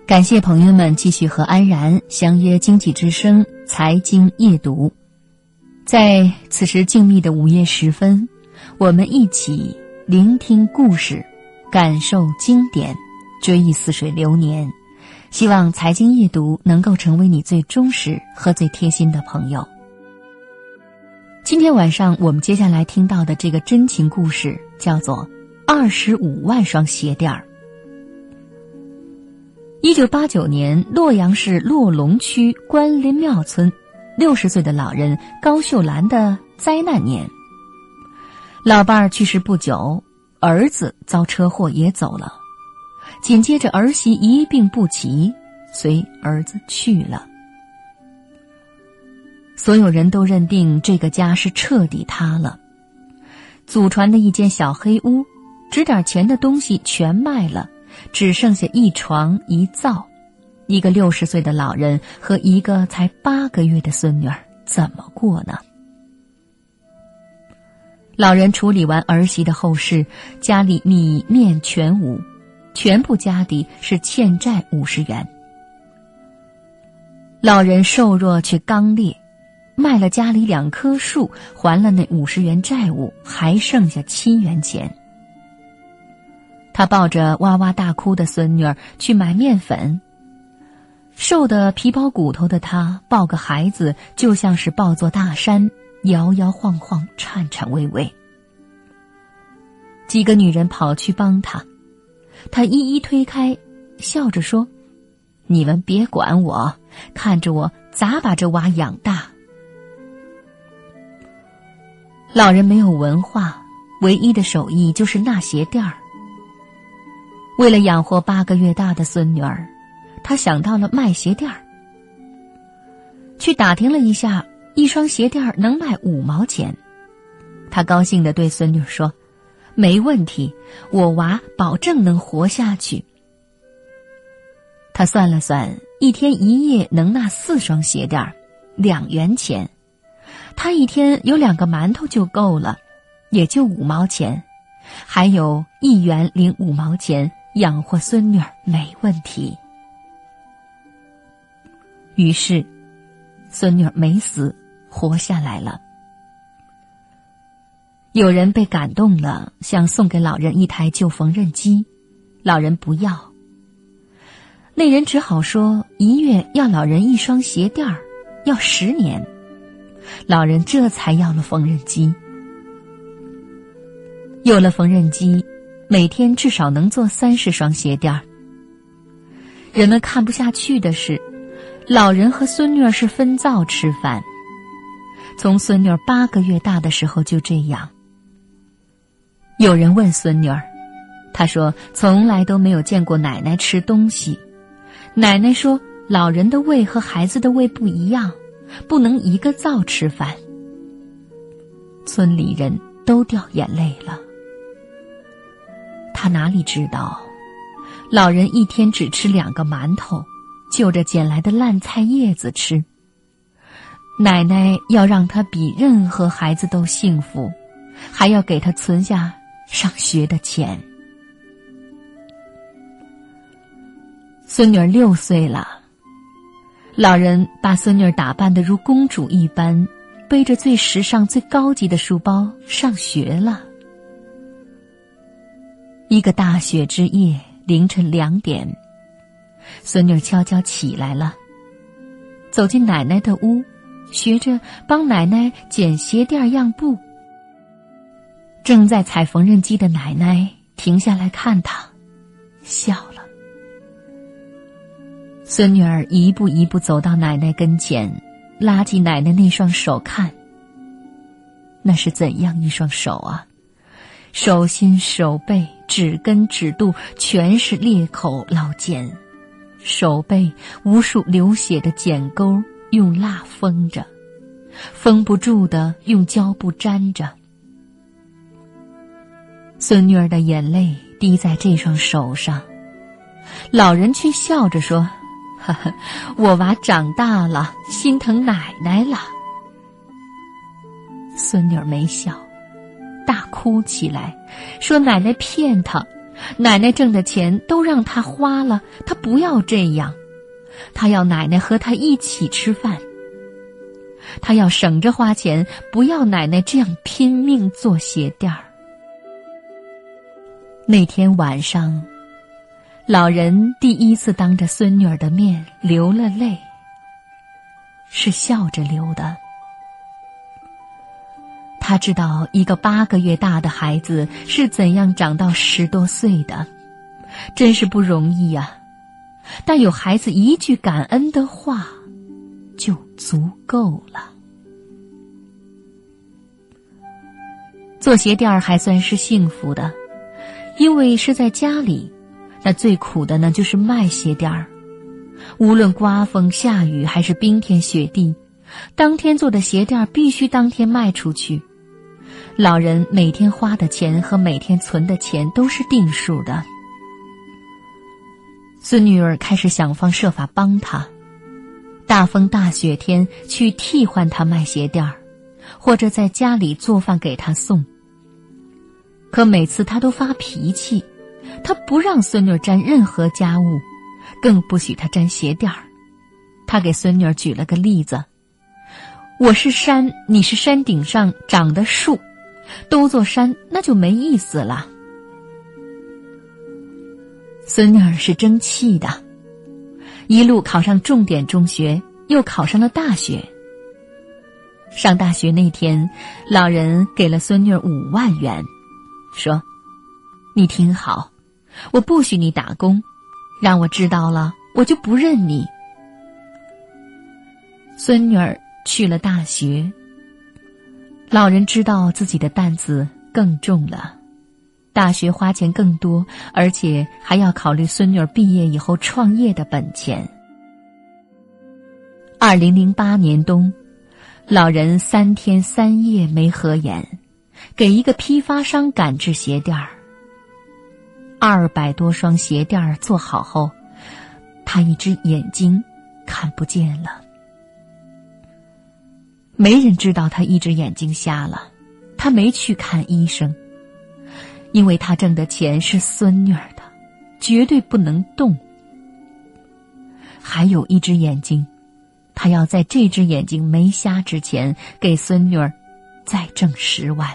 感谢朋友们继续和安然相约经济之声财经夜读。在此时静谧的午夜时分，我们一起聆听故事，感受经典，追忆似水流年。希望财经夜读能够成为你最忠实和最贴心的朋友。今天晚上我们接下来听到的这个真情故事叫做25万双鞋垫儿。1989年，洛阳市洛龙区关林庙村60岁的老人高秀兰的灾难年。老伴儿去世不久，儿子遭车祸也走了，紧接着儿媳一病不起，随儿子去了。所有人都认定这个家是彻底塌了。祖传的一间小黑屋，值点钱的东西全卖了，只剩下一床一灶，一个60岁的老人和一个才8个月的孙女儿，怎么过呢？老人处理完儿媳的后事，家里米面全无，全部家底是欠债50元。老人瘦弱却刚烈，卖了家里2棵树，还了那50元债务，还剩下7元钱。他抱着哇哇大哭的孙女儿去买面粉，瘦得皮包骨头的他抱个孩子就像是抱座大山，摇摇晃晃，颤颤巍巍。几个女人跑去帮他，他一一推开，笑着说：“你们别管我，看着我咋把这娃养大。”老人没有文化，唯一的手艺就是纳鞋垫儿。为了养活8个月大的孙女儿，他想到了卖鞋垫儿。去打听了一下，一双鞋垫儿能卖5毛钱。他高兴地对孙女说：“没问题，我娃保证能活下去。”他算了算，一天一夜能纳4双鞋垫儿，2元钱。他一天有2个馒头就够了，也就5毛钱，还有1元零5毛钱，养活孙女儿没问题。于是孙女儿没死，活下来了。有人被感动了，想送给老人一台旧缝纫机，老人不要。那人只好说1月要老人1双鞋垫儿，要10年。老人这才要了缝纫机。有了缝纫机，每天至少能做30双鞋垫儿。人们看不下去的是，老人和孙女儿是分灶吃饭，从孙女儿8个月大的时候就这样。有人问孙女儿，她说从来都没有见过奶奶吃东西。奶奶说老人的胃和孩子的胃不一样，不能一个灶吃饭。村里人都掉眼泪了。他哪里知道，老人一天只吃2个馒头，就着捡来的烂菜叶子吃。奶奶要让他比任何孩子都幸福，还要给他存下上学的钱。孙女儿6岁了，老人把孙女儿打扮得如公主一般，背着最时尚最高级的书包上学了。一个大雪之夜，凌晨2点，孙女儿悄悄起来了，走进奶奶的屋，学着帮奶奶剪鞋垫样布。正在踩缝纫机的奶奶停下来看她，笑了。孙女儿一步一步走到奶奶跟前，拉起奶奶那双手看。那是怎样一双手啊！手心手背指根指肚全是裂口老茧，手背无数流血的茧沟用蜡封着，封不住的用胶布粘着。孙女儿的眼泪滴在这双手上，老人却笑着说：“呵呵，我娃长大了，心疼奶奶了。”孙女儿没笑，大哭起来，说奶奶骗她， 奶奶挣的钱都让他花了，他不要这样，他要奶奶和他一起吃饭。他要省着花钱，不要奶奶这样拼命做鞋垫儿。那天晚上，老人第一次当着孙女儿的面流了泪，是笑着流的。他知道一个8个月大的孩子是怎样长到10多岁的，真是不容易啊。但有孩子一句感恩的话就足够了。做鞋垫儿还算是幸福的，因为是在家里，那最苦的呢就是卖鞋垫儿。无论刮风下雨还是冰天雪地，当天做的鞋垫儿必须当天卖出去。老人每天花的钱和每天存的钱都是定数的。孙女儿开始想方设法帮他，大风大雪天去替换他卖鞋垫儿，或者在家里做饭给他送。可每次他都发脾气，他不让孙女沾任何家务，更不许她沾鞋垫儿。他给孙女举了个例子：我是山，你是山顶上长的树，都做山那就没意思了。孙女儿是争气的，一路考上重点中学，又考上了大学。上大学那天，老人给了孙女儿5万元，说：你听好，我不许你打工，让我知道了我就不认你。孙女儿去了大学，老人知道自己的担子更重了，大学花钱更多，而且还要考虑孙女儿毕业以后创业的本钱。2008年冬，老人3天3夜没合眼，给一个批发商赶制鞋垫儿。200多双鞋垫儿做好后，他一只眼睛看不见了。没人知道他一只眼睛瞎了，他没去看医生，因为他挣的钱是孙女儿的，绝对不能动。还有一只眼睛，他要在这只眼睛没瞎之前给孙女儿再挣10万。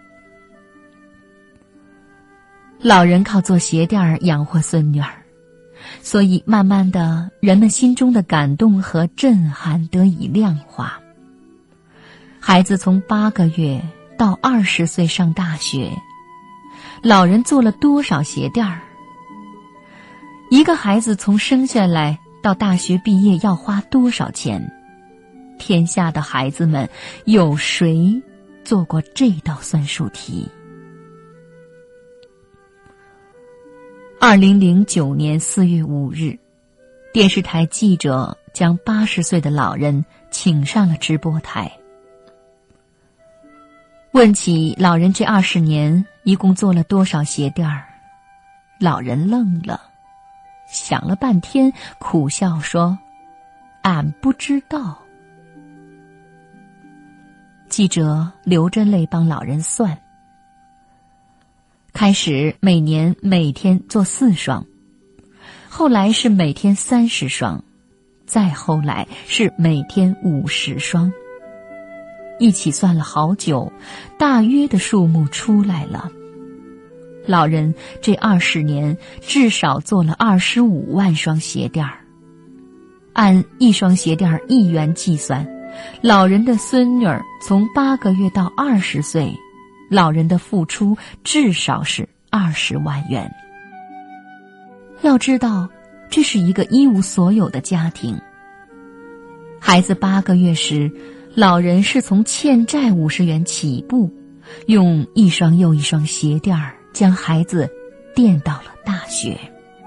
老人靠做鞋垫儿养活孙女儿，所以慢慢的，人们心中的感动和震撼得以量化。孩子从8个月到20岁上大学，老人做了多少鞋垫儿？一个孩子从生下来到大学毕业要花多少钱？天下的孩子们，有谁做过这道算术题？2009年4月5日，电视台记者将80岁的老人请上了直播台。问起老人这20年一共做了多少鞋垫儿，老人愣了，想了半天，苦笑说：“俺不知道。”记者流着泪帮老人算。开始每年每天做4双，后来是每天30双，再后来是每天50双。一起算了好久，大约的数目出来了。老人这20年至少做了25万双鞋垫儿，按1双鞋垫儿1元计算，老人的孙女儿从8个月到20岁，老人的付出至少是20万元。要知道，这是一个一无所有的家庭。孩子8个月时，老人是从欠债50元起步，用1双又1双鞋垫儿将孩子垫到了大学。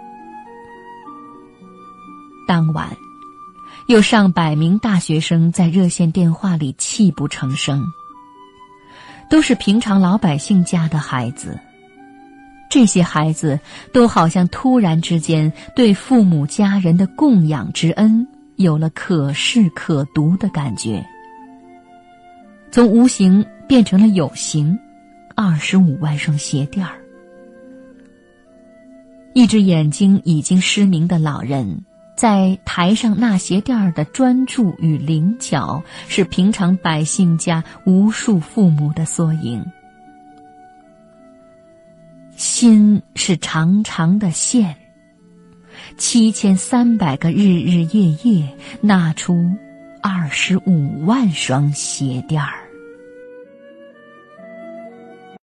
当晚，有上百名大学生在热线电话里泣不成声，都是平常老百姓家的孩子。这些孩子都好像突然之间对父母家人的供养之恩有了可视可读的感觉，从无形变成了有形，25万双鞋垫儿。 一只眼睛已经失明的老人，在台上纳鞋垫儿的专注与灵巧，是平常百姓家无数父母的缩影。心是长长的线，7300个日日夜夜，纳出25万双鞋垫儿。